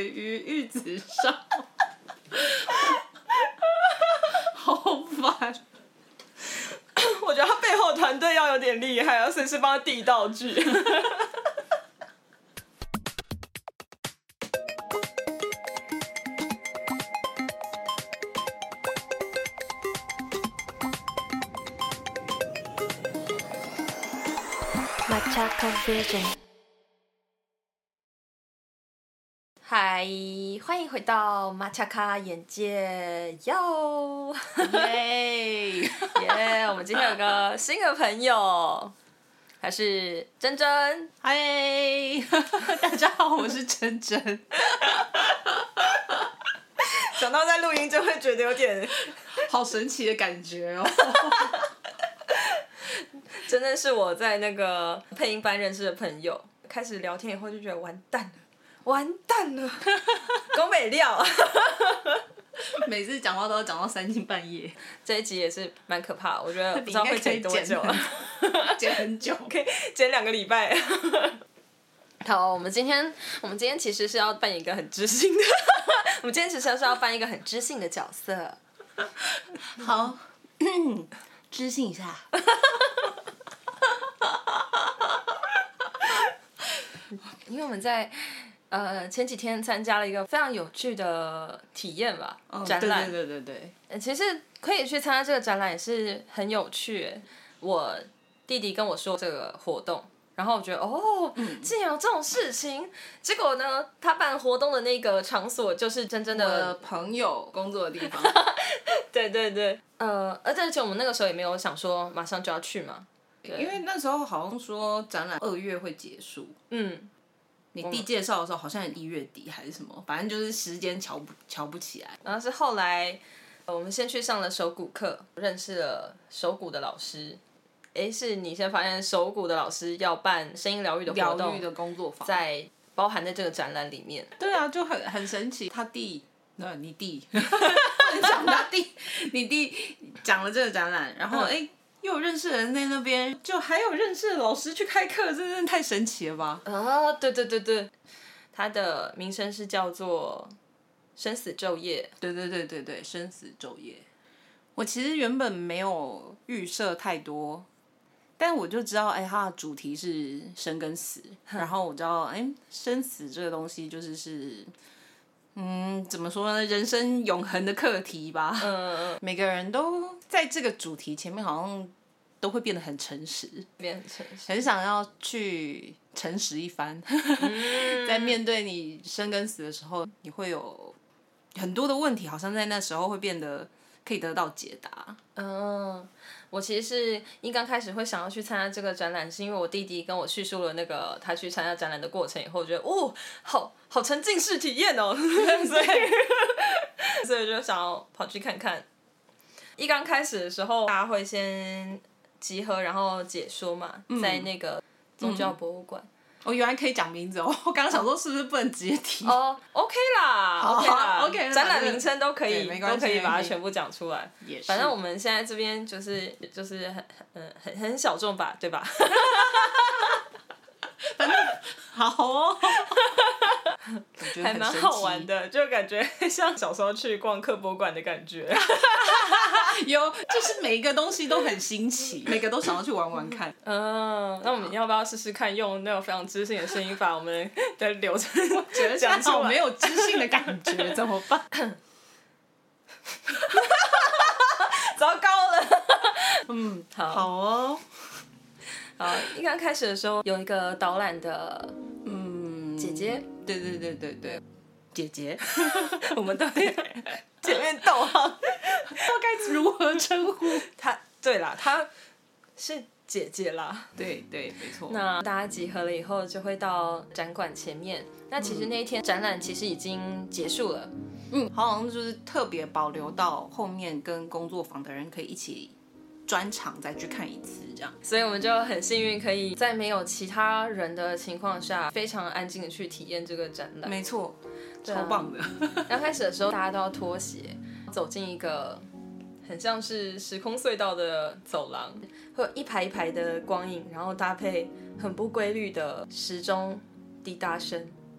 于玉子烧，好烦。 我觉得他背后团队要有点厉害，要随时帮他递道具。 Machaka Vision。嗨，欢迎回到马恰卡眼界哟！ 耶耶！我们今天有个新的朋友，还是珍珍。 嗨，大家好，我是珍珍。 想到在录音就会觉得有点好神奇的感觉哦。 真的是我在那个配音班认识的朋友，开始聊天以后就觉得完蛋了，完蛋了，宫北料。 每次讲话都要讲到3更半夜， 这一集也是蛮可怕的，我觉得不知道会剪多久， 剪很久， 可以剪2个礼拜。 好，我们今天其实是要扮演一个很知性的，我们今天其实是要扮一个很知性的角色。 好，知性一下。 因为我们在前几天参加了一个非常有趣的体验吧，展览。 对。 其实可以去参加这个展览也是很有趣。我弟弟跟我说这个活动，然后我觉得竟然有这种事情。结果呢，他办活动的那个场所就是真正的我的朋友工作的地方。 对。而且我们那个时候也没有想说马上就要去嘛。 因为那时候好像说展览2月会结束。你弟介绍的时候好像1月底还是什么，反正就是时间瞧不起来。 然后是后来我们先去上了手鼓课，认识了手鼓的老师。是你先发现手鼓的老师要办声音疗愈的活动， 疗愈的工作坊， 在包含在这个展览里面。 对啊，就很神奇。他弟，你弟，讲他弟，你弟讲了这个展览，然后又有认识的人在那边，就还有认识的老师去开课，真的太神奇了吧！ 啊，对，他的名称是叫做生死昼夜。 对，生死昼夜。我其实原本没有预设太多，但我就知道，它的主题是生跟死，然后我知道，生死这个东西就是怎么说呢？人生永恒的课题吧。每个人都在这个主题前面，好像都会变得很诚实，很想要去诚实一番。在面对你生跟死的时候，你会有很多的问题，好像在那时候会变得可以得到解答。 我其实是一刚开始会想要去参加这个展览，是因为我弟弟跟我叙述了那个他去参加展览的过程以后，我觉得好沉浸式体验哦，所以就想要跑去看看。一刚开始的时候，大家会先集合，然后解说嘛，在那个宗教博物馆。 原来可以讲名字哦！我刚刚想说是不是不能直接提 ？OK 啦 ，OK， 展览名称都可以都可以把它全部讲出来。反正我们现在这边就是很小众吧，对吧？ 反正好哦， 还蛮好玩的，就感觉像小时候去逛科博馆的感觉。 就是每一个东西都很新奇，每个都想要去玩玩看。 那我们要不要试试看用那种非常知性的声音把我们的流程觉得讲出来？没有知性的感觉，怎么办？ 糟糕了。 好哦。 好，一刚开始的时候有一个导览的姐姐。 对，姐姐。 我们都前面逗号，不知道该如何称呼她。对啦，她是姐姐啦。 对，没错。 那大家集合了以后，就会到展馆前面。那其实那一天展览其实已经结束了。 好像就是特别保留到后面跟工作坊的人可以一起专场再去看一次这样。 所以我们就很幸运，可以在没有其他人的情况下，非常安静的去体验这个展览。 没错，超棒的。 刚开始的时候，大家都要脱鞋，走进一个很像是时空隧道的走廊，会有一排一排的光影，然后搭配很不规律的时钟滴答声。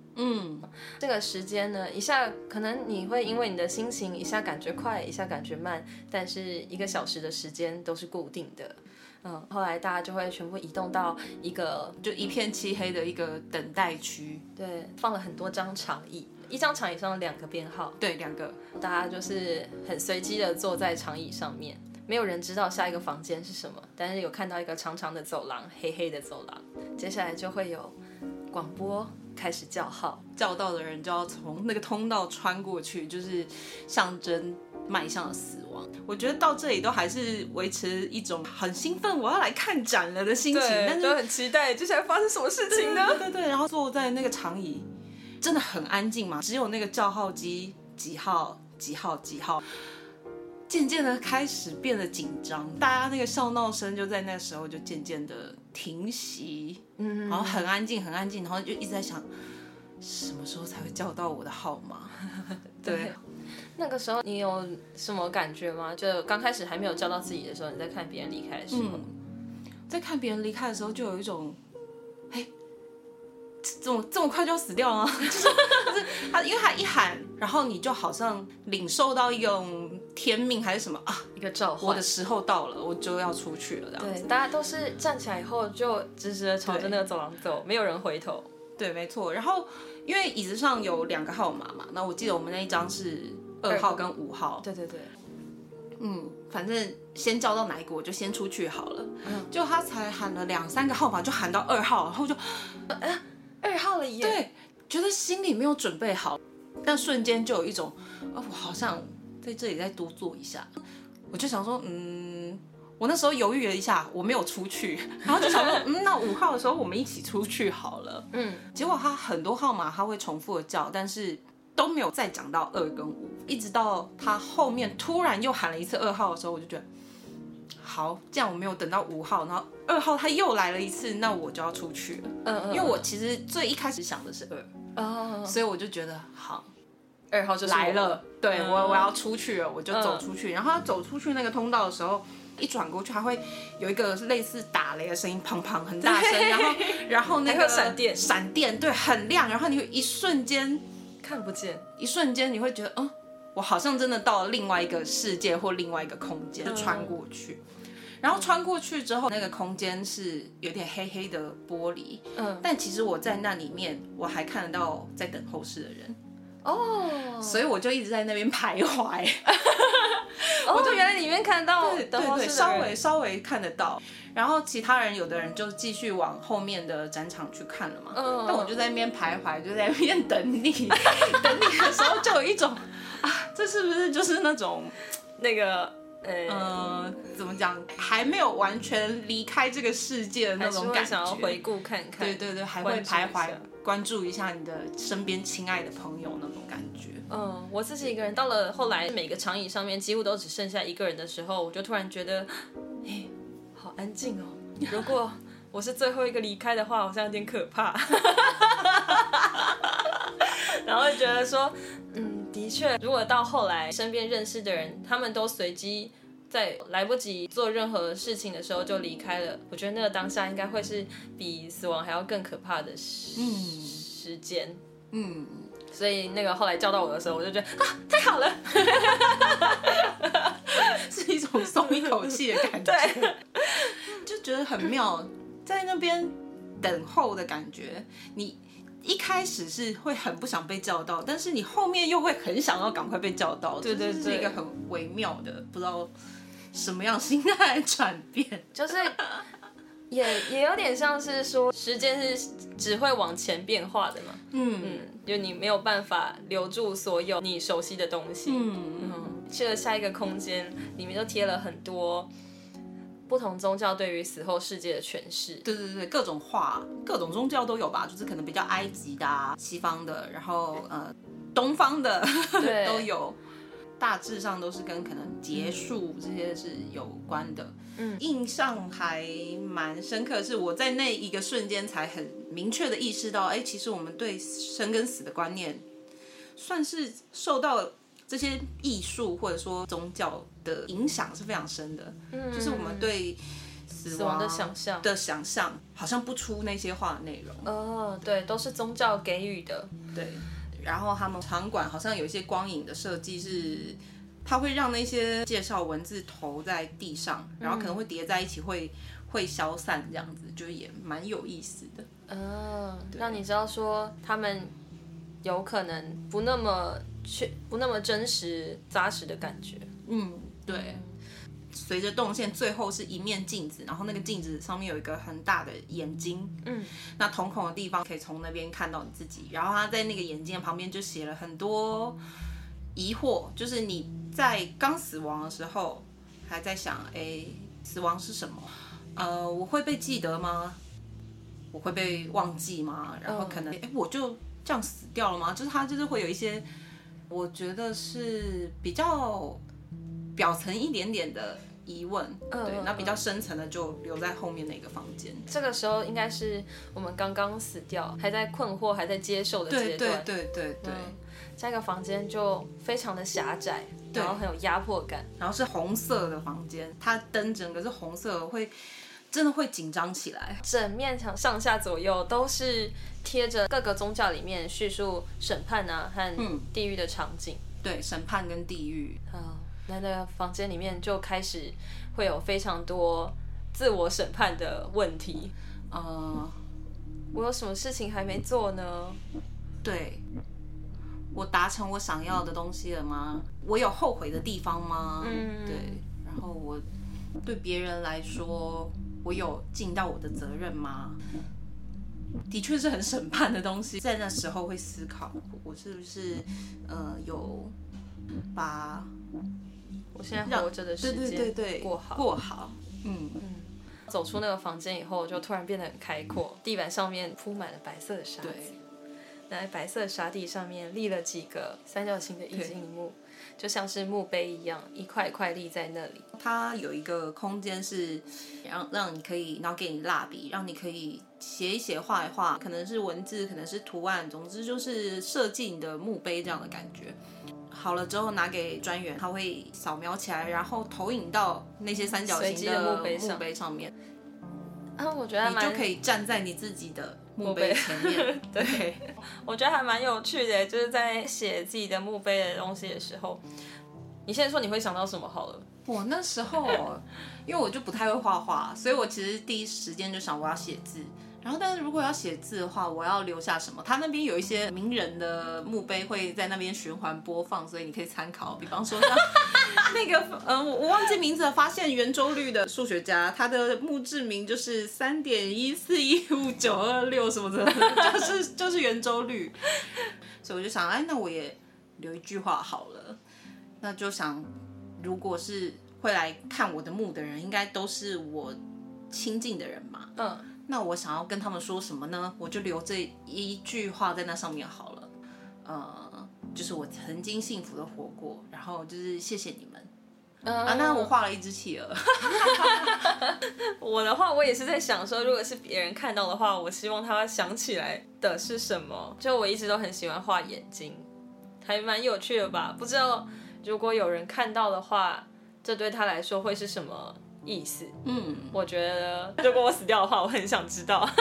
这个时间呢，一下可能你会因为你的心情一下感觉快，一下感觉慢，但是1个小时的时间都是固定的。后来大家就会全部移动到一个就一片漆黑的一个等待区。 对，放了很多张长椅，一张长椅上有2个编号， 对，2个。 大家就是很随机的坐在长椅上面，没有人知道下一个房间是什么，但是有看到一个长长的走廊，黑黑的走廊，接下来就会有广播开始叫号， 叫到的人就要从那个通道穿过去，就是象征迈向了死亡。我觉得到这里都还是维持一种很兴奋，我要来看展了的心情，但是都很期待接下来发生什么事情呢？ 对，然后坐在那个长椅，真的很安静嘛，只有那个叫号机几号几号几号。渐渐的开始变得紧张，大家那个笑闹声就在那时候就渐渐的停息，然后很安静很安静，然后就一直在想什么时候才会叫到我的号码。对， 那个时候你有什么感觉吗？就刚开始还没有叫到自己的时候，你在看别人离开的时候， 在看别人离开的时候，就有一种，怎么这么快就要死掉了？就是他，因为他一喊，然后你就好像领受到一种天命还是什么啊， 一个召唤， 我的时候到了，我就要出去了，这样子。 对，大家都是站起来以后就直直的朝着那个走廊走，没有人回头。 对，没错。然后因为椅子上有2个号码嘛，那我记得我们那一张是2号跟5号。 对。 反正先叫到哪一个我就先出去好了。就他才喊了2、3个号码，就喊到2号，然后就 2号了耶。 对，觉得心里没有准备好，但瞬间就有一种，我好像在这里再多坐一下。我就想说，我那时候犹豫了一下，我没有出去，然后就想说，那5号的时候我们一起出去好了。结果他很多号码他会重复的叫，但是都没有再讲到2跟5，一直到他后面突然又喊了一次2号的时候，我就觉得，好，这样我没有等到5号，然后2号他又来了一次，那我就要出去了。因为我其实最一开始想的是2，所以我就觉得好 ，2号就是来了，对，我要出去了，我就走出去。然后他走出去那个通道的时候，一转过去，还会有一个类似打雷的声音，砰砰很大声，然后那个闪电，对，很亮，然后你会一瞬间看不见， 一瞬间你会觉得，我好像真的到了另外一个世界或另外一个空间，就穿过去。然后穿过去之后，那个空间是有点黑黑的玻璃，但其实我在那里面，我还看得到在等候室的人。所以我就一直在那边徘徊。 我就原来里面看到等候室的人， 对，稍微看得到。然后其他人有的人就继续往后面的展场去看了嘛。但我就在那边徘徊，就在那边等你。等你的时候就有一种这是不是就是那种那个怎么讲，还没有完全离开这个世界的那种感觉， 想要回顾看看， 对，还会徘徊关注一下你的身边亲爱的朋友那种感觉。 我自己一个人到了后来，每个长椅上面几乎都只剩下1个人的时候，我就突然觉得，好安静哦。如果我是最后一个离开的话，好像有点可怕。然后觉得说，的确，如果到后来身边认识的人，他们都随机在来不及做任何事情的时候就离开了，我觉得那个当下应该会是比死亡还要更可怕的时间。所以那个后来叫到我的时候，我就觉得太好了， 是一种松一口气的感觉。对，就觉得很妙，在那边等候的感觉，你一开始是会很不想被叫到，但是你后面又会很想要赶快被叫到。对，这是一个很微妙的，不知道什么样心态的转变， 就是也有点像是说，时间是只会往前变化的嘛。就你没有办法留住所有你熟悉的东西。去了下一个空间，里面就贴了很多不同宗教对于死后世界的诠释。 对，各种画，各种宗教都有吧，就是可能比较埃及的西方的，然后东方的都有。大致上都是跟可能结束这些是有关的。印象还蛮深刻，是我在那一个瞬间才很明确的意识到，其实我们对生跟死的观念，算是受到这些艺术或者说宗教的影响是非常深的。就是我们对死亡的想象好像不出那些话的内容。 对，都是宗教给予的。 对，然后他们场馆好像有一些光影的设计是，它会让那些介绍文字投在地上，然后可能会叠在一起，会消散这样子，就也蛮有意思的。 让你知道说他们有可能不那么真实扎实的感觉。 对。随着动线，最后是一面镜子，然后那个镜子上面有一个很大的眼睛，那瞳孔的地方可以从那边看到你自己。然后他在那个眼睛的旁边就写了很多疑惑，就是你在刚死亡的时候还在想，死亡是什么？我会被记得吗？我会被忘记吗？然后可能，我就这样死掉了吗？就是他就是会有一些，我觉得是比较表层一点点的疑问，对，那比较深层的就留在后面那个房间。 这个时候应该是我们刚刚死掉，还在困惑、还在接受的阶段。 对。 这个房间就非常的狭窄，然后很有压迫感， 然后是红色的房间，它灯整个是红色，真的会紧张起来。 整面墙上下左右都是贴着各个宗教里面叙述审判啊和地狱的场景。 对，审判跟地狱。 那个房间里面就开始会有非常多自我审判的问题。我有什么事情还没做呢？ 对，我达成我想要的东西了吗？我有后悔的地方吗？对，然后我对别人来说，我有尽到我的责任吗？的确是很审判的东西，在那时候会思考，我是不是有把我现在活着的时间过好。 走出那个房间以后，就突然变得很开阔，地板上面铺满了白色的沙子，那白色的沙地上面立了几个三角形的易经木，就像是墓碑一样，一块一块立在那里。 它有一个空间是让你可以，然后给你蜡笔，让你可以写一写、画一画，可能是文字，可能是图案，总之就是设计你的墓碑这样的感觉。好了之后拿给专员，他会扫描起来，然后投影到那些三角形的墓碑上面。 我觉得你就可以站在你自己的墓碑前面。对， 我觉得还蛮有趣的，就是在写自己的墓碑的东西的时候，你现在说你会想到什么好了？ 我那时候因为我就不太会画画，所以我其实第一时间就想我要写字。然后，但是如果要写字的话，我要留下什么？他那边有一些名人的墓碑会在那边循环播放，所以你可以参考。比方说像那个我忘记名字了，发现圆周率的数学家，他的墓志铭就是3.1415926什么的，就是圆周率。所以我就想，那我也留一句话好了。那就想，如果是会来看我的墓的人，应该都是我亲近的人嘛。那我想要跟他们说什么呢？我就留这一句话在那上面好了。就是我曾经幸福的活过，然后就是谢谢你们。那我画了一只企鹅。 我的话，我也是在想说，如果是别人看到的话，我希望他想起来的是什么。就我一直都很喜欢画眼睛，还蛮有趣的吧？不知道如果有人看到的话，这对他来说会是什么意思？我觉得如果我死掉的话，我很想知道。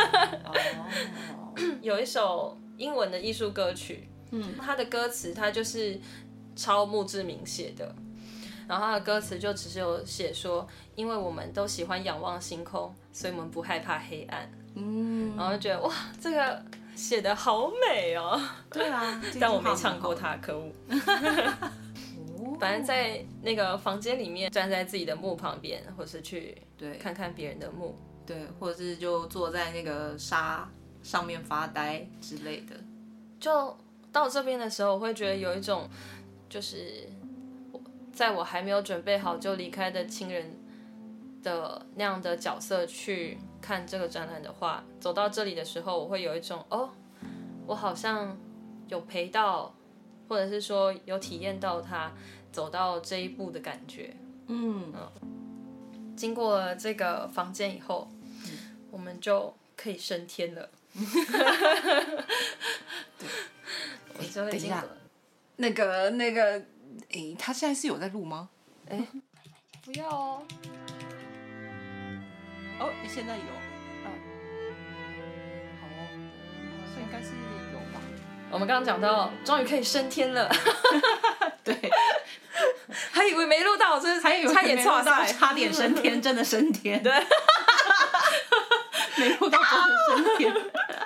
有一首英文的艺术歌曲，它的歌词它就是抄墓志铭写的，然后它的歌词就只是有写说，因为我们都喜欢仰望星空，所以我们不害怕黑暗。然后就觉得哇，这个写得好美哦。 对啊， 但我没唱过它，可恶。反正在那个房间里面，站在自己的墓旁边，或是去看看别人的墓， 对，或者是就坐在那个沙上面发呆之类的。 就到这边的时候，我会觉得有一种，就是在我还没有准备好就离开的亲人的那样的角色去看这个展览的话，走到这里的时候，我会有一种我好像有陪到，或者是说有体验到他走到这一步的感觉。经过了这个房间以后，我们就可以升天了。 等一下，那个，他现在是有在录吗？ 不要哦。 哦，现在有， 好哦， 所以应该是有吧。 我们刚刚讲到，终于可以升天了， 对， 还以为没录到，真是还以为差点错赛， 差点升天，真的升天。 对， 没录到真的升天。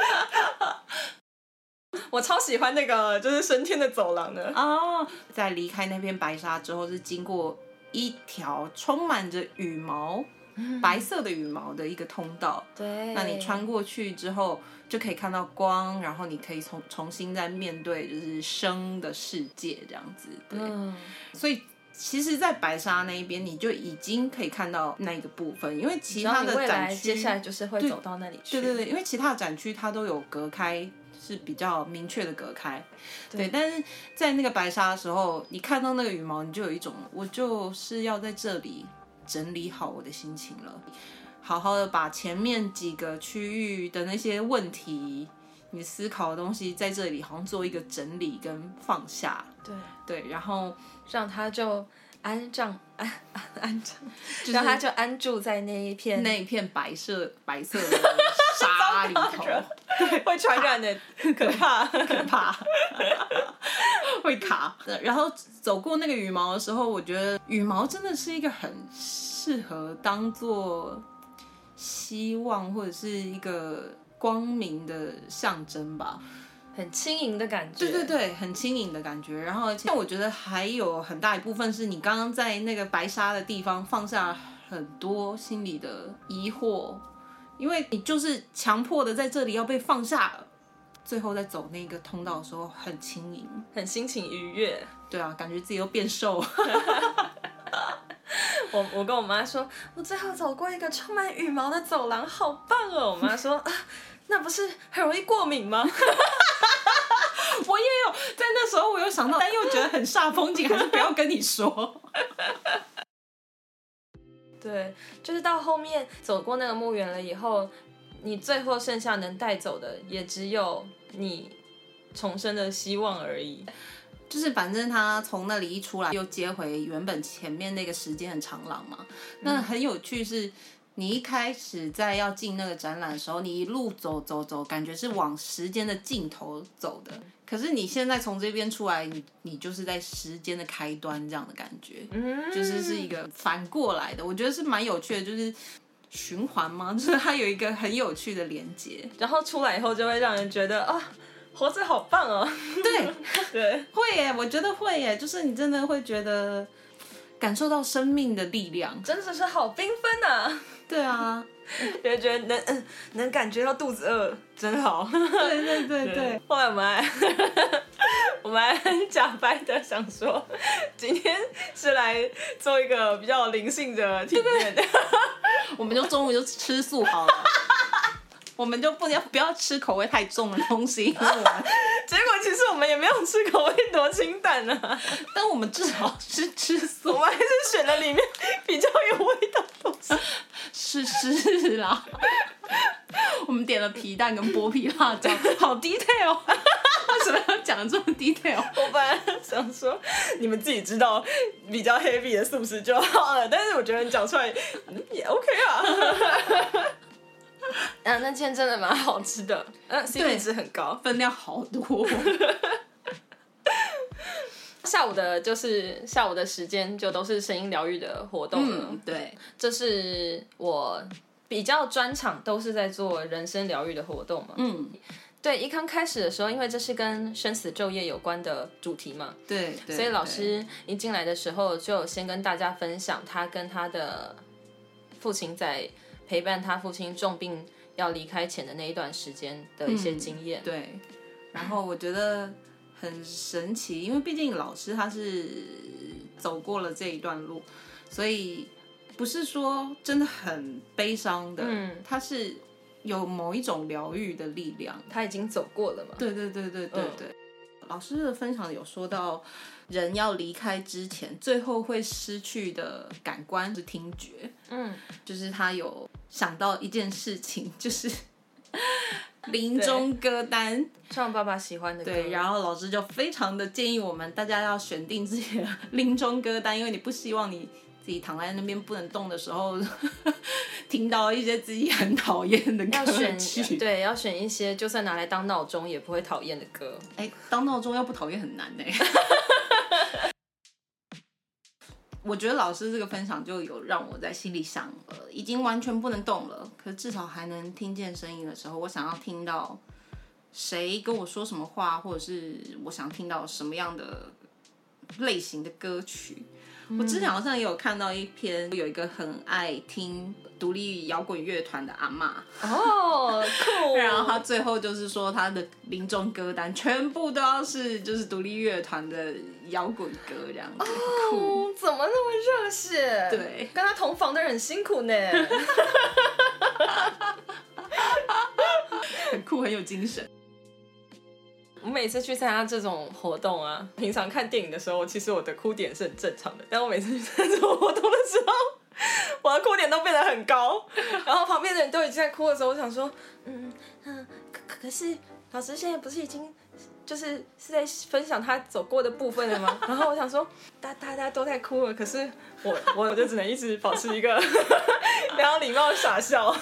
我超喜欢那个就是升天的走廊的。 哦，在离开那片白沙之后，是经过一条充满着羽毛、白色的羽毛的一个通道。 对， 那你穿过去之后，就可以看到光，然后你可以重新再面对就是生的世界这样子。对，所以其实，在白沙那一边，你就已经可以看到那个部分，因为其他的展区接下来就是会走到那里去。 对，因为其他的展区它都有隔开。是比较明确的隔开，对，但是在那个白沙的时候，你看到那个羽毛，你就有一种，我就是要在这里整理好我的心情了，好好的把前面几个区域的那些问题，你思考的东西，在这里好像做一个整理跟放下，对，然后让它就安葬，让它就安住在那一片白色的沙里头。 会传染的，可怕， 会卡。然后走过那个羽毛的时候，我觉得羽毛真的是一个很适合当做希望或者是一个光明的象征吧。 很轻盈的感觉， 对，很轻盈的感觉。然后，但我觉得还有很大一部分是你刚刚在那个白沙的地方放下很多心里的疑惑。因为你就是强迫的在这里要被放下了，最后在走那个通道的时候很轻盈， 很心情愉悦。 对啊，感觉自己又变瘦。 我跟我妈说，我最后走过一个充满羽毛的走廊，好棒哦！我妈说，那不是很容易过敏吗？ 我也有，在那时候我有想到，但又觉得很煞风景，还是不要跟你说。 对，就是到后面走过那个墓园了以后，你最后剩下能带走的，也只有你重生的希望而已。 就是反正他从那里一出来，又接回原本前面那个时间的长廊嘛。那很有趣是，你一开始在要进那个展览的时候，你一路走，感觉是往时间的尽头走的。可是你现在从这边出来，你就是在时间的开端这样的感觉，就是一个反过来的，我觉得是蛮有趣的，就是循环嘛，就是它有一个很有趣的连接， 然后出来以后就会让人觉得啊，活着好棒哦。对， 会耶，我觉得会耶，就是你真的会觉得感受到生命的力量， 真的是好缤纷啊。 对啊。 就觉得能感觉到肚子饿，真好。 对。 后来我们还很假掰的想说，今天是来做一个比较灵性的体验。 我们就中午就吃素好了。我们就不要吃口味太重的东西。结果其实我们也没有吃口味多清淡啊， 但我们至少是吃素。 我们还是选了里面比较有味道的东西。 是啦。我们点了皮蛋跟剥皮辣椒，好 detail。为什么要讲这么 detail？ 我本来想说你们自己知道比较 heavy 的素食就好了，但是我觉得你讲出来也 OK 啊。那间真的蛮好吃的，CP 值很高， 分量好多。 下午的时间就都是声音疗愈的活动了。 对， 这是我比较专场都是在做人生疗愈的活动嘛。对，一刚开始的时候，因为这是跟生死昼夜有关的主题嘛， 对， 所以老师一进来的时候就先跟大家分享他跟他的父亲在陪伴他父亲重病要离开前的那一段时间的一些经验。 对，然后我觉得很神奇，因为毕竟老师他是走过了这一段路，所以不是说真的很悲伤的，他是有某一种疗愈的力量， 他已经走过了嘛。 对。老师的分享有说到，人要离开之前，最后会失去的感官是听觉。就是他有想到一件事情，就是临终歌单， 唱爸爸喜欢的歌。 对，然后老师就非常的建议我们大家要选定自己的临终歌单，因为你不希望你自己躺在那边不能动的时候，听到一些自己很讨厌的歌曲。 对，要选一些就算拿来当闹钟也不会讨厌的歌。 当闹钟要不讨厌很难我觉得老师这个分享就有让我在心里想，已经完全不能动了，可是至少还能听见声音的时候，我想要听到谁跟我说什么话，或者是我想听到什么样的类型的歌曲。我之前好像也有看到一篇，有一个很爱听独立摇滚乐团的阿嬷酷。 然后他最后就是说他的临终歌单全部都要是就是独立乐团的摇滚歌这样子。酷， 怎么那么热血？ 对， 跟他同房的人很辛苦呢。 很酷，很有精神。 我每次去参加这种活动啊，平常看电影的时候，其实我的哭点是很正常的，但我每次去参加这种活动的时候，我的哭点都变得很高，然后旁边的人都已经在哭的时候，我想说，可是老师现在不是已经是在分享他走过的部分了吗？然后我想说，大家都在哭了，可是我就只能一直保持一个非常礼貌的傻笑。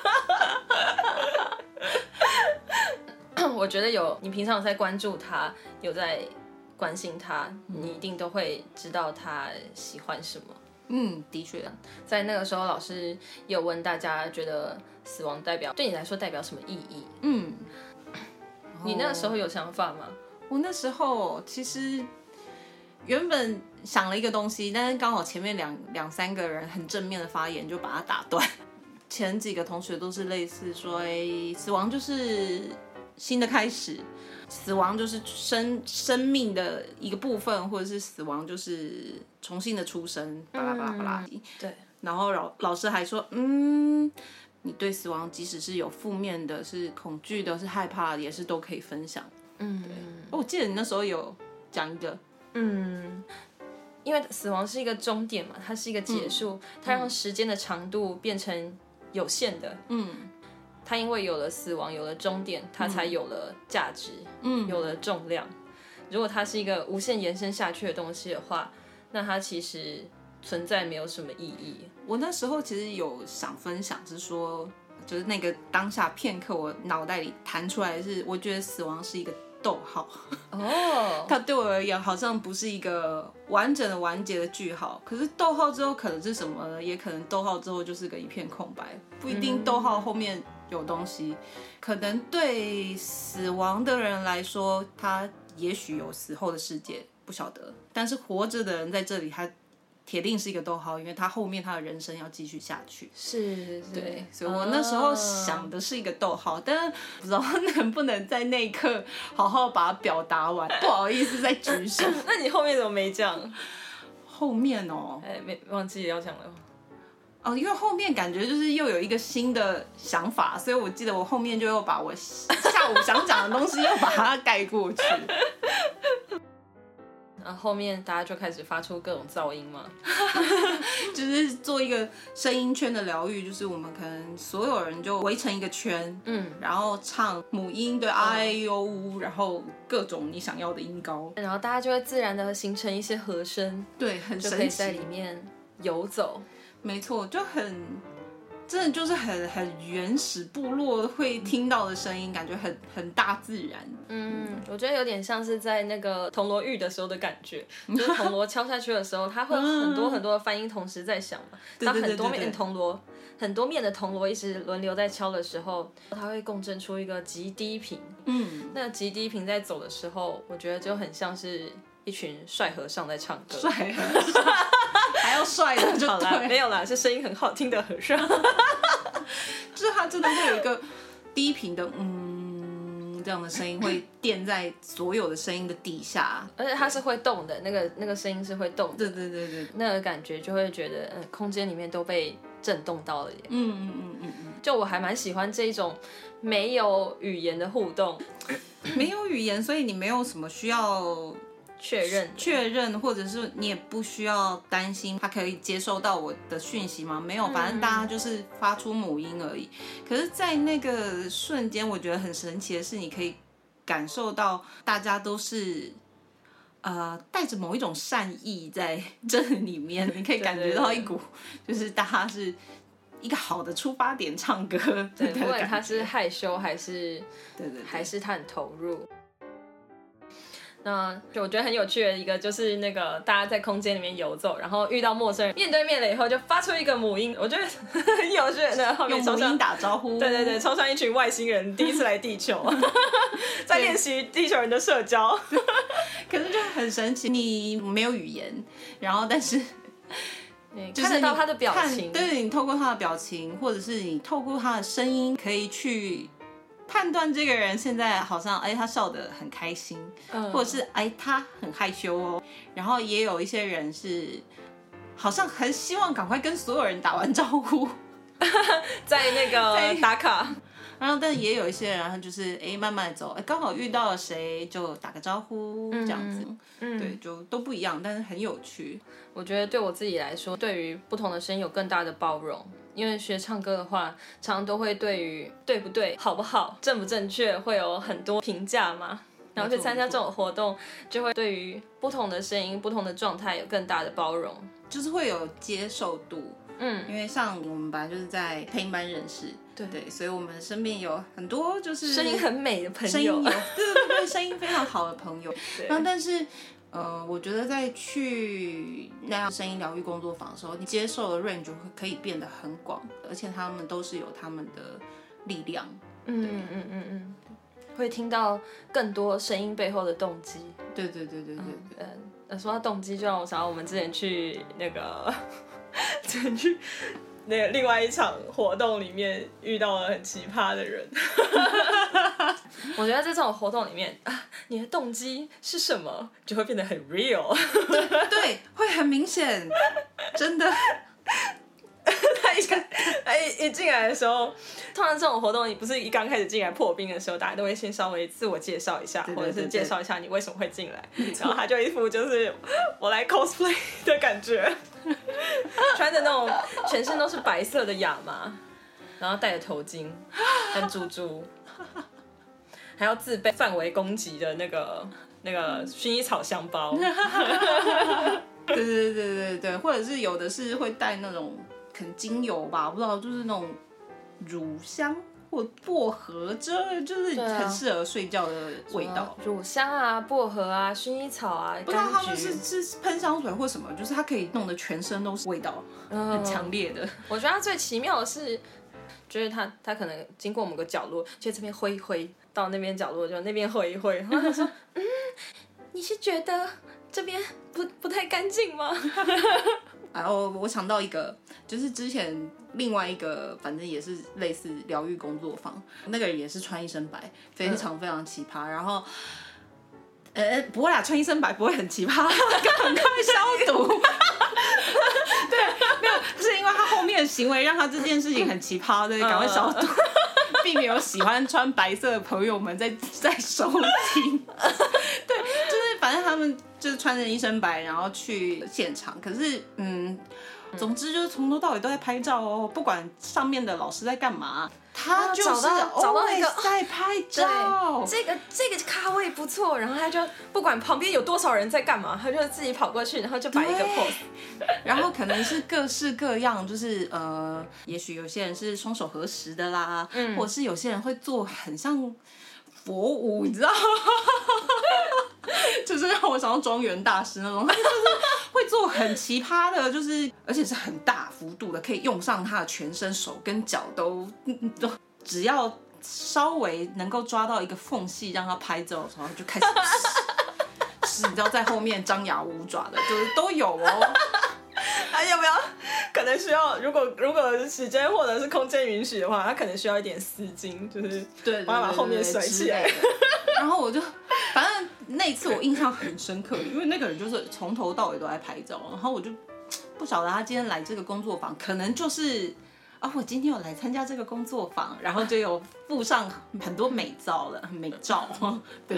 我觉得你平常有在关注他，有在关心他，你一定都会知道他喜欢什么。 的确， 在那个时候，老师也有问大家，觉得死亡对你来说代表什么意义？你那个时候有想法吗？ 我那时候其实原本想了一个东西，但是刚好前面两三个人很正面的发言，就把它打断。前几个同学都是类似说，死亡就是新的开始，死亡就是生命的一个部分，或者是死亡就是重新的出生，巴拉巴拉巴拉。 对。 然后老师还说，你对死亡即使是有负面的，是恐惧的，是害怕的，也是都可以分享。对。我记得你那时候有讲一个， 因为死亡是一个终点嘛，它是一个结束，它让时间的长度变成有限的。它因为有了死亡，有了终点，它才有了价值，有了重量。如果它是一个无限延伸下去的东西的话，那它其实存在没有什么意义。 我那时候其实有想分享，是说，就是那个当下片刻，我脑袋里弹出来的是，我觉得死亡是一个逗号。它对我而言好像不是一个完整的完结的句号，可是逗号之后可能是什么呢？也可能逗号之后就是个一片空白，不一定逗号后面有东西。可能对死亡的人来说，他也许有死后的世界，不晓得。但是活着的人在这里，他铁定是一个逗号，因为他后面他的人生要继续下去。 是， 对，所以我那时候想的是一个逗号，但是不知道能不能在那一刻好好把它表达完，不好意思再举手。 那你后面怎么没讲？ 后面没忘记要讲了。 因为后面感觉就是又有一个新的想法，所以我记得我后面就又把我下午想讲的东西又把它盖过去。 然后后面大家就开始发出各种噪音嘛， 就是做一个声音圈的疗愈，就是我们可能所有人就围成一个圈，然后唱母音的啊呦呜，然后各种你想要的音高， 然后大家就会自然的形成一些和声， 对，很神奇， 就可以在里面游走。 没错，就真的就是很原始部落会听到的声音，感觉很大自然。 我觉得有点像是在那个铜锣玉的时候的感觉，就是铜锣敲下去的时候，它会有很多很多的翻音同时在响嘛。它很多面的铜锣一直轮流在敲的时候，它会共振出一个极低频。那极低频在走的时候，我觉得就很像是一群帅和尚在唱歌。 帅和尚还要帅的就好啦，没有啦，是声音很好听的和尚。 就是它真的会有一个低频的这样的声音会垫在所有的声音的底下， 而且它是会动的，那个声音是会动的。 对， 那个感觉就会觉得，空间里面都被震动到了耶。就我还蛮喜欢这一种没有语言的互动， 没有语言，所以你没有什么需要确认，或者是你也不需要担心他可以接收到我的讯息吗？没有，反正大家就是发出母音而已。可是，在那个瞬间，我觉得很神奇的是，你可以感受到大家都是带着某一种善意在这里面，你可以感觉到一股就是大家是一个好的出发点唱歌的感觉。 对，不管他是害羞还是对， 还是他很投入。那就我觉得很有趣的一个就是那个大家在空间里面游走，然后遇到陌生人，面对面了以后就发出一个母音，我觉得很有趣的。后面用母音打招呼， 对，超像一群外星人第一次来地球，在练习地球人的社交。 可是就很神奇，你没有语言，然后但是。 看得到他的表情， 对，你透过他的表情，或者是你透过他的声音，可以去判断这个人现在好像他笑得很开心，或者是他很害羞哦。然后也有一些人是好像很希望赶快跟所有人打完招呼， 在那个打卡。 然后，但也有一些人，他就是慢慢的走，刚好遇到了谁就打个招呼，这样子，对，就都不一样，但是很有趣。 我觉得对我自己来说，对于不同的声音有更大的包容，因为学唱歌的话，常常都会对于对不对、好不好、正不正确，会有很多评价嘛。然后去参加这种活动，就会对于不同的声音、不同的状态有更大的包容， 就是会有接受度。因为像我们本来就是在配音班认识，对，所以我们身边有很多就是声音很美的朋友， 声音对，声音非常好的朋友。然后但是我觉得在去那样声音疗愈工作坊的时候，你接受的 range 可以变得很广，而且他们都是有他们的力量。 会听到更多声音背后的动机。 对。 说到动机，就让我想到我们之前去那个另外一场活动里面遇到了很奇葩的人。 我觉得在这种活动里面你的动机是什么，就会变得很 real。 对，会很明显，真的。 他一进来的时候，通常这种活动你不是一刚开始进来破冰的时候，大家都会先稍微自我介绍一下，或者是介绍一下你为什么会进来，然后他就一副就是我来 cosplay 的感觉， 穿着那种全身都是白色的亚麻，然后戴着头巾，跟猪猪，还要自备范围攻击的那个薰衣草香包。 对，或者是有的是会带那种可能精油吧，我不知道，就是那种乳香或薄荷，就是很适合睡觉的味道。 乳香啊、薄荷啊、薰衣草啊， 不知道他们是喷香水或什么，就是它可以弄得全身都是味道，很强烈的。 我觉得它最奇妙的是，就是它可能经过某个角落，就这边挥一挥，到那边角落就那边挥一挥，然后他说，你是觉得这边不太干净吗？ 然后我想到一个，就是之前另外一个，反正也是类似疗愈工作坊，那个人也是穿一身白，非常非常奇葩。然后，不会啦，穿一身白不会很奇葩，赶快消毒。对，没有，是因为他后面的行为让他这件事情很奇葩，对，赶快消毒。并没有喜欢穿白色的朋友们在收听。对，就是反正他们就是穿着一身白，然后去现场。可是总之就是从头到尾都在拍照哦，不管上面的老师在干嘛，他就是找到一个在拍照。 这个咖位不错，然后他就不管旁边有多少人在干嘛，他就自己跑过去，然后就摆一个 pose。 然后可能是各式各样，就是也许有些人是双手合十的啦，或者是有些人会做很像佛舞，你知道吗？就是让我想到庄园大师那种，他就是会做很奇葩的，就是而且是很大幅度的，可以用上他的全身，手跟脚都只要稍微能够抓到一个缝隙让他拍照的时候，就开始吃，你知道在后面张牙舞爪的，就是都有哦。 他要不要？可能需要，如果时间或者是空间允许的话，他可能需要一点丝巾，就是对， 把后面甩起来。 然后我就，反正那一次我印象很深刻，因为那个人就是从头到尾都在拍照，然后我就不晓得他今天来这个工作坊，可能就是我今天有来参加这个工作坊，然后就有附上很多美照了，美照。对。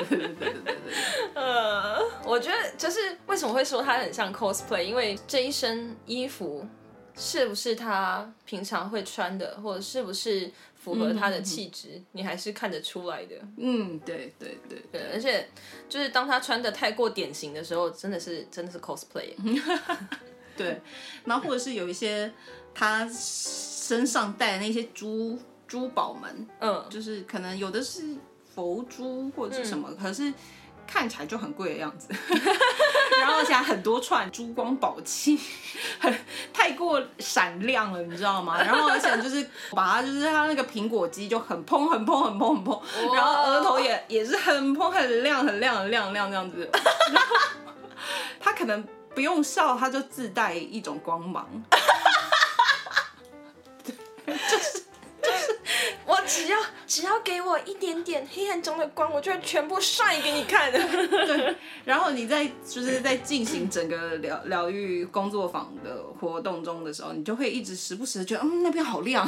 我觉得就是为什么会说他很像 cosplay， 因为这一身衣服是不是他平常会穿的，或者是不是符合他的气质，你还是看得出来的。 对， 而且就是当他穿的太过典型的时候，真的是 cosplay。 对，然后或者是有一些他身上戴的那些珠宝们，就是可能有的是佛珠或者是什么，可是看起来就很贵的样子，然后而且还很多串珠光宝气，太过闪亮了，你知道吗？然后而且就是把它就是它那个苹果肌就很蓬，然后额头也是很蓬很亮这样子，然后他可能不用笑，他就自带一种光芒，就是我只要给我一点点黑暗中的光，我就会全部晒给你看。 对，然后你就是在进行整个疗愈工作坊的活动中的时候，你就会一直时不时的觉得，那边好亮，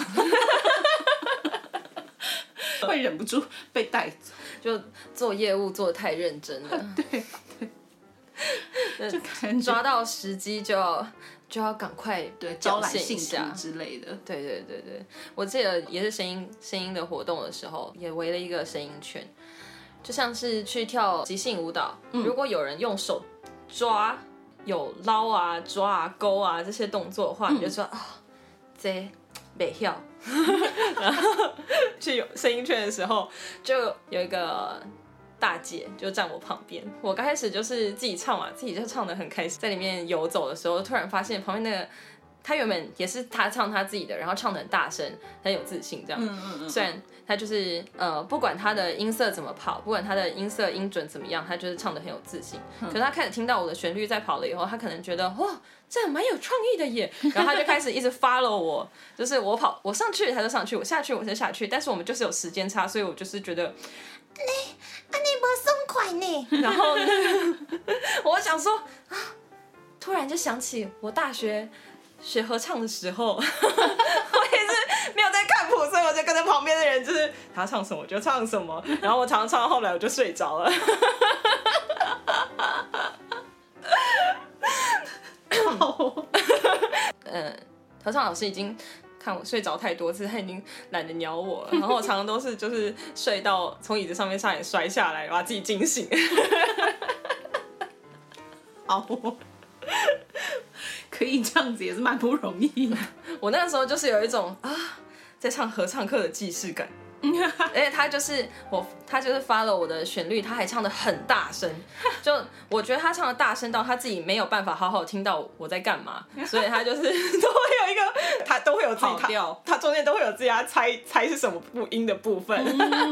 会忍不住被带走， 就做业务做得太认真了。 对，就感觉抓到时机就要赶快招揽信徒之类的。 对，我记得也是声音的活动的时候，也围了一个声音圈，就像是去跳即兴舞蹈，如果有人用手抓，有捞啊、抓啊、勾啊这些动作的话，你就说这没跳。然后去声音圈的时候，就有一个大姐就站我旁边，我刚开始就是自己唱嘛，自己就唱得很开心，在里面游走的时候，突然发现旁边那个他原本也是他唱他自己的，然后唱得很大声，很有自信这样。虽然他就是不管他的音色怎么跑，不管他的音色音准怎么样，他就是唱得很有自信。可是他开始听到我的旋律在跑了以后，他可能觉得哇，这蛮有创意的耶，然后他就开始一直 follow 我，就是我上去他就上去，我下去我就下去，但是我们就是有时间差，所以我就是觉得。你不松快呢？然后我想说突然就想起我大学学合唱的时候，我也是没有在看谱，所以我就跟着旁边的人，就是他唱什么我就唱什么，然后我常常唱到后来我就睡着了。合唱老师已经看我睡着太多次，他已经懒得鸟我了。然后我常常都是就是睡到从椅子上面差点摔下来，把自己惊醒。 好，可以这样子也是蛮不容易的。 我那个时候就是有一种在唱合唱课的既视感。而且他就是 follow 我的旋律，他还唱得很大声，就我觉得他唱的大声到他自己没有办法好好听到我在干嘛，所以他就是都会有一个，他都会有自己他中间都会有自己他猜是什么音的部分。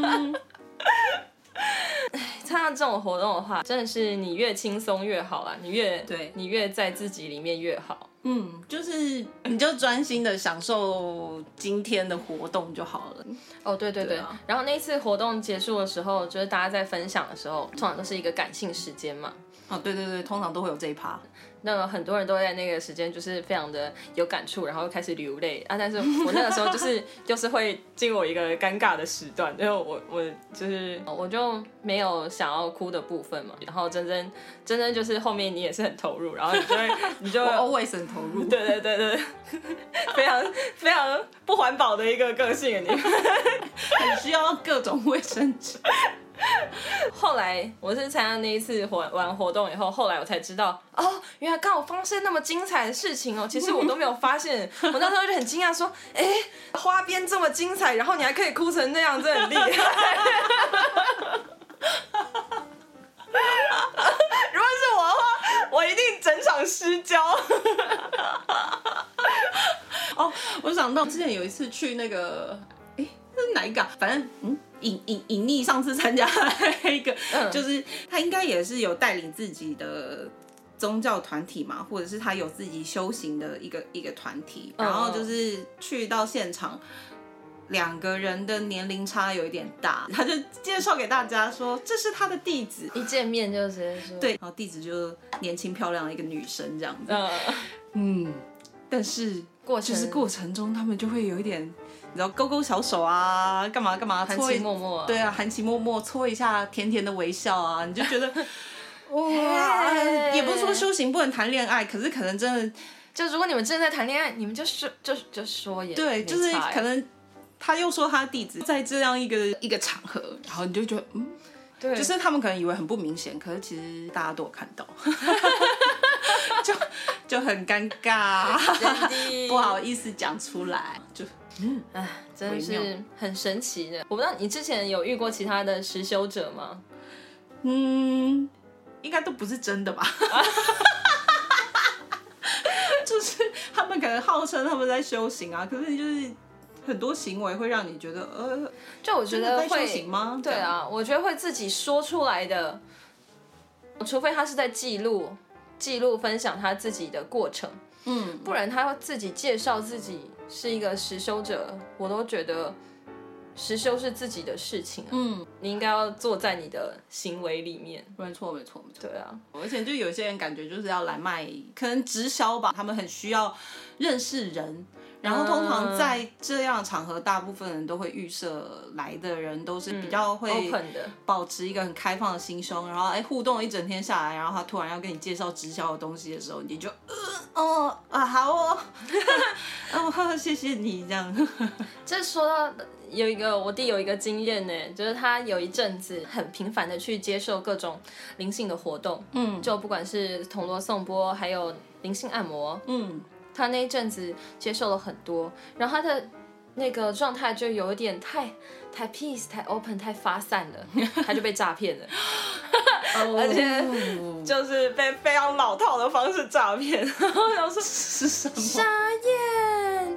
参加这种活动的话，真的是你越轻松越好啦，你越在自己里面越好。 就是你就专心的享受今天的活动就好了。 对。然后那一次活动结束的时候，就是大家在分享的时候，通常都是一个感性时间嘛。 对，通常都会有这一趴。 那很多人都会在那个时间就是非常的有感触，然后开始流泪但是我那个时候就是会进入一个尴尬的时段，因为我就没有想要哭的部分嘛，然后真正就是后面你也是很投入，然后你就我 always 很投入。 对，非常非常不环保的一个个性，你很需要各种卫生纸。 后来我是参加那一次完活动以后，后来我才知道原来刚好发生那么精彩的事情其实我都没有发现。我那时候就很惊讶说花边这么精彩，然后你还可以哭成那样，真的很厉害。如果是我的话，我一定整场失焦。 我想到之前有一次去那个那是哪一个反正隐匿上次参加的一个就是他应该也是有带领自己的宗教团体嘛，或者是他有自己修行的一个团体，然后就是去到现场，两个人的年龄差有一点大，他就介绍给大家说这是他的弟子， 一见面就直接说对，然后弟子就年轻漂亮的一个女生这样子。但是过程中他们就会有一点你知道勾勾小手啊，干嘛含情脉脉对啊，含情脉脉搓一下甜甜的微笑啊，你就觉得哇，也不是说修行不能谈恋爱，可是可能真的就如果你们真的在谈恋爱，你们就说也对，就是没差可能他又说他地址在这样一个场合，然后你就觉得对， 就是他们可能以为很不明显，可是其实大家都有看到，就很尴尬，不好意思讲出来，就真的是很神奇的。我不知道你之前有遇过其他的实修者吗？ 应该都不是真的吧？就是他们可能号称他们在修行啊，可是就是很多行为会让你觉得就我觉得会真的在修行吗？ 对啊，我觉得会自己说出来的，除非他是在记录分享他自己的过程，不然他自己介绍自己是一个实修者，我都觉得实修是自己的事情你应该要做在你的行为里面。 没错。 对啊， 而且就有些人感觉就是要来卖，可能直销吧，他们很需要认识人。然后通常在这样的场合，大部分人都会预设来的人都是比较会 open 的， 保持一个很开放的心胸，然后互动一整天下来，然后他突然要跟你介绍直销的东西的时候，你就好谢谢你这样。 这说到我弟有一个经验呢，就是他有一阵子很频繁的去接受各种灵性的活动，就不管是铜锣颂钵，还有灵性按摩，他那一阵子接受了很多，然后他的那个状态就有一点太 peace 太 open 太发散了，他就被诈骗了，而且就是被非常老套的方式诈骗，然后想说是什么？ 傻眼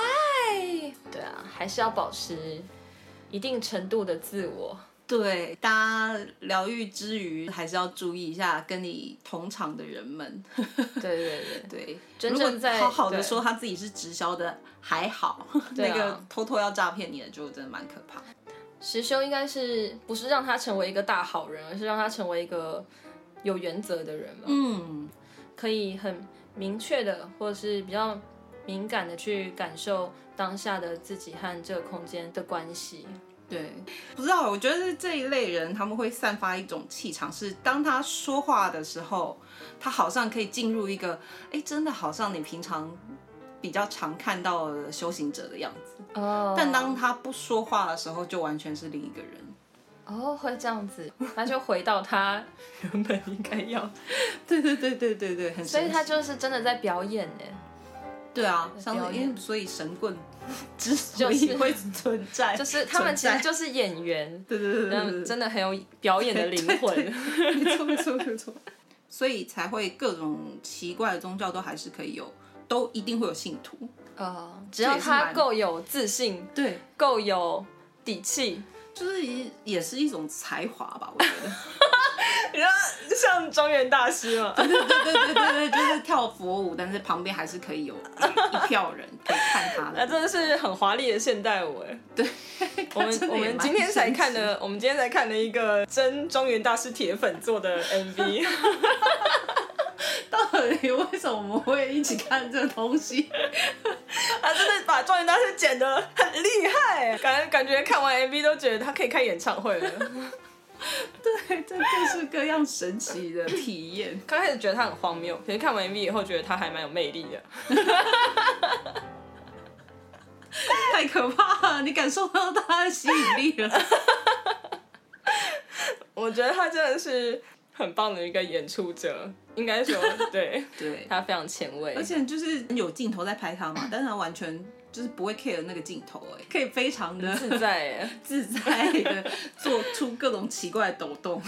，why？ 对啊，还是要保持一定程度的自我。 对，大家疗愈之余，还是要注意一下跟你同场的人们。 对，真如果正在好好的说他自己是直销的还好， 对啊那个偷偷要诈骗你的就真的蛮可怕。 实修应该是不是让他成为一个大好人，而是让他成为一个有原则的人嘛。可以很明确的，或者是比较敏感的去感受当下的自己和这个空间的关系。 对，不知道，我觉得这一类人他们会散发一种气场，是当他说话的时候，他好像可以进入一个，真的好像你平常比较常看到的修行者的样子。但当他不说话的时候，就完全是另一个人。 会这样子，他就回到他原本应该要。 对，很神奇。 所以他就是真的在表演呢。 对啊，所以神棍之所以会存在， 就是他们其实就是演员， 对， 真的很有表演的灵魂。 没错，所以才会各种奇怪的宗教都还是可以有，都一定会有信徒。 只要他够有自信， 对， 够有底气， 就是也是一种才华吧，我觉得。 你知道像庄园大师吗？ 对，就是跳佛舞，但是旁边还是可以有一票人可以看他的。 那真的是很华丽的现代舞哎。 对， 我们今天才看的一个真庄园大师铁粉做的 MV。 到底为什么我们会一起看这个东西？ 他真的把庄园大师剪得很厉害，感觉看完 MV 都觉得他可以开演唱会了。 对，这各式各样神奇的体验。 刚开始觉得他很荒谬，可是看完 MV 以后觉得他还蛮有魅力的。 太可怕了，你感受到他的吸引力了。 我觉得他真的是很棒的一个演出者，应该说对， 他非常前卫， 而且就是有镜头在拍他嘛，但是他完全就是不会 care 那个镜头，可以非常的自在自在的做出各种奇怪的抖动。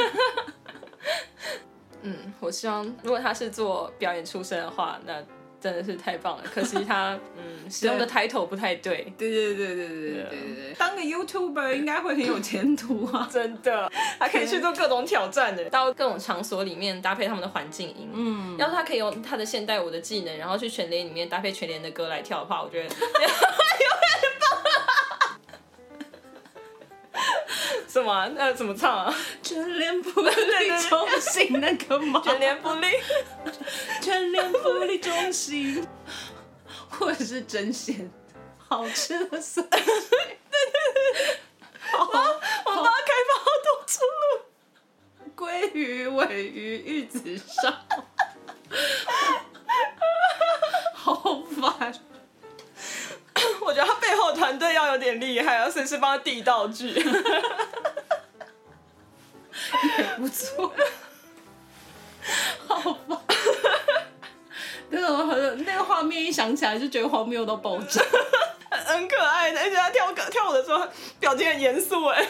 我希望如果他是做表演出身的话，那真的是太棒了。可惜他使用的 title 不太对。 对，当个 YouTuber 应该会很有前途啊！ 真的，还可以去做各种挑战的， 到各种场所里面搭配他们的环境音。要是他可以用他的现代舞的技能，然后去全联里面搭配全联的歌来跳的话，我觉得有点棒。 什么？那怎么唱啊？ 全联福利中心那个吗？ 全联福利， 全联福利中心，或者是真鲜，好吃的酸。对， 我帮他开发好多出路。 鲑鱼、尾鱼、玉子烧。 顺势帮他递道具， 不错，好吧。那个画面一想起来就觉得荒谬到爆炸， 很可爱的，而且他跳舞的时候表情很严肃哎。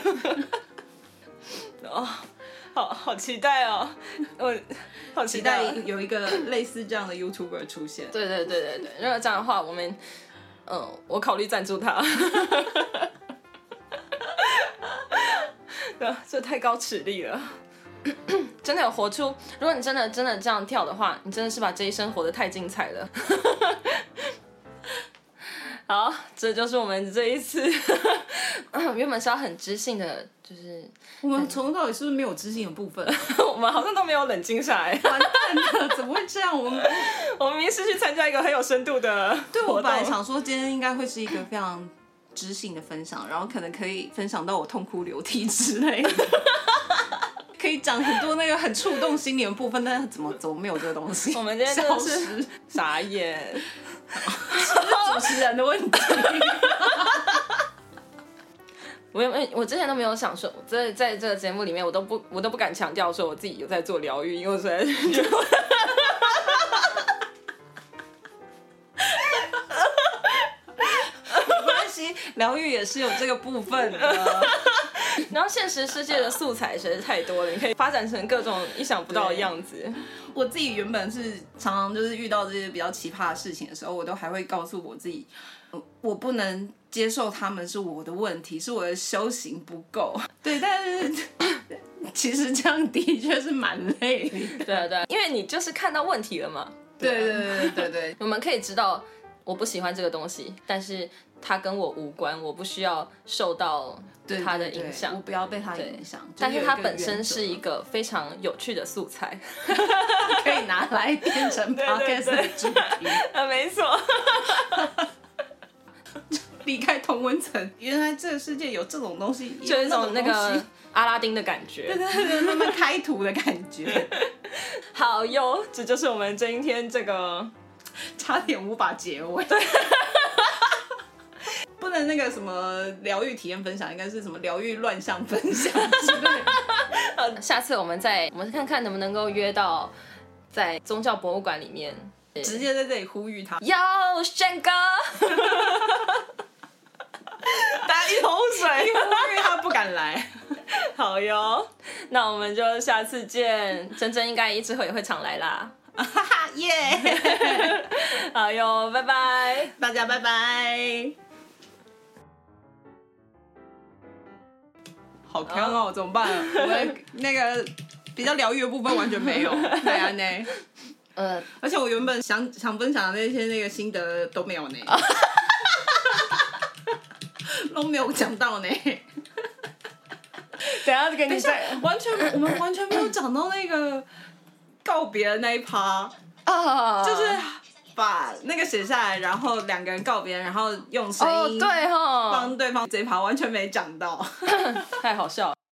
哦，好期待哦！我好期待有一个类似这样的 YouTuber 出现。 对，如果这样的话，我考虑赞助他。 这太高尺力了。 真的有活出，如果你真的这样跳的话，你真的是把这一生活得太精彩了。好，这就是我们这一次原本是要很知性的，就是我们从头到尾是不是没有知性的部分？ 我们好像都没有冷静下来。 完蛋了，怎么会这样？我明明是去参加一个很有深度的活动。 对，我本来想说今天应该会是一个非常知性的分享，然后可能可以分享到我痛哭流涕之类的。可以讲很多那个很触动心灵的部分，但是怎么没有这个东西？ 我们今天真的是傻眼， 主持人的问题。 我之前都没有想说，在这个节目里面，我都不敢强调说我自己有在做疗愈，因为我实在是觉得。 没关系，疗愈也是有这个部分的。 然后现实世界的素材实在是太多了，你可以发展成各种意想不到的样子。 我自己原本是常常就是遇到这些比较奇葩的事情的时候，我都还会告诉我自己，我不能接受他们是我的问题，是我的修行不够。对，但是其实这样的确是蛮累的。 对，因为你就是看到问题了嘛。 对， 我们可以知道我不喜欢这个东西，但是它跟我无关，我不需要受到它的影响， 我不要被它影响。 但是它本身是一个非常有趣的素材， 可以拿来变成 podcast 的主题。 没错。 离开同温层，原来这个世界有这种东西， 就一种那个阿拉丁的感觉， 对，慢慢开图的感觉。 好哟，这就是我们今天这个差点无法结尾。对。不能那个什么疗愈体验分享，应该是什么疗愈乱象分享之类的。 下次我们看看能不能够约到在宗教博物馆里面， 直接在这里呼吁他。 哟，轩哥， 大家一头雾水， 因为他不敢来。 好哟， 那我们就下次见。珍珍应该之后也会常来啦。 哈哈耶！ 好哟，拜拜， 大家拜拜。好坑哦，怎么办？我的那个比较疗愈的部分完全没有，对啊呢。而且我原本想分享的那些那个心得都没有呢，都没有讲到呢。 等一下给你再我们完全没有讲到那个告别的那一趴啊， 就是把那个写下来，然后两个人告别，然后用声音对帮对方这一趴完全没讲到， 太好笑了。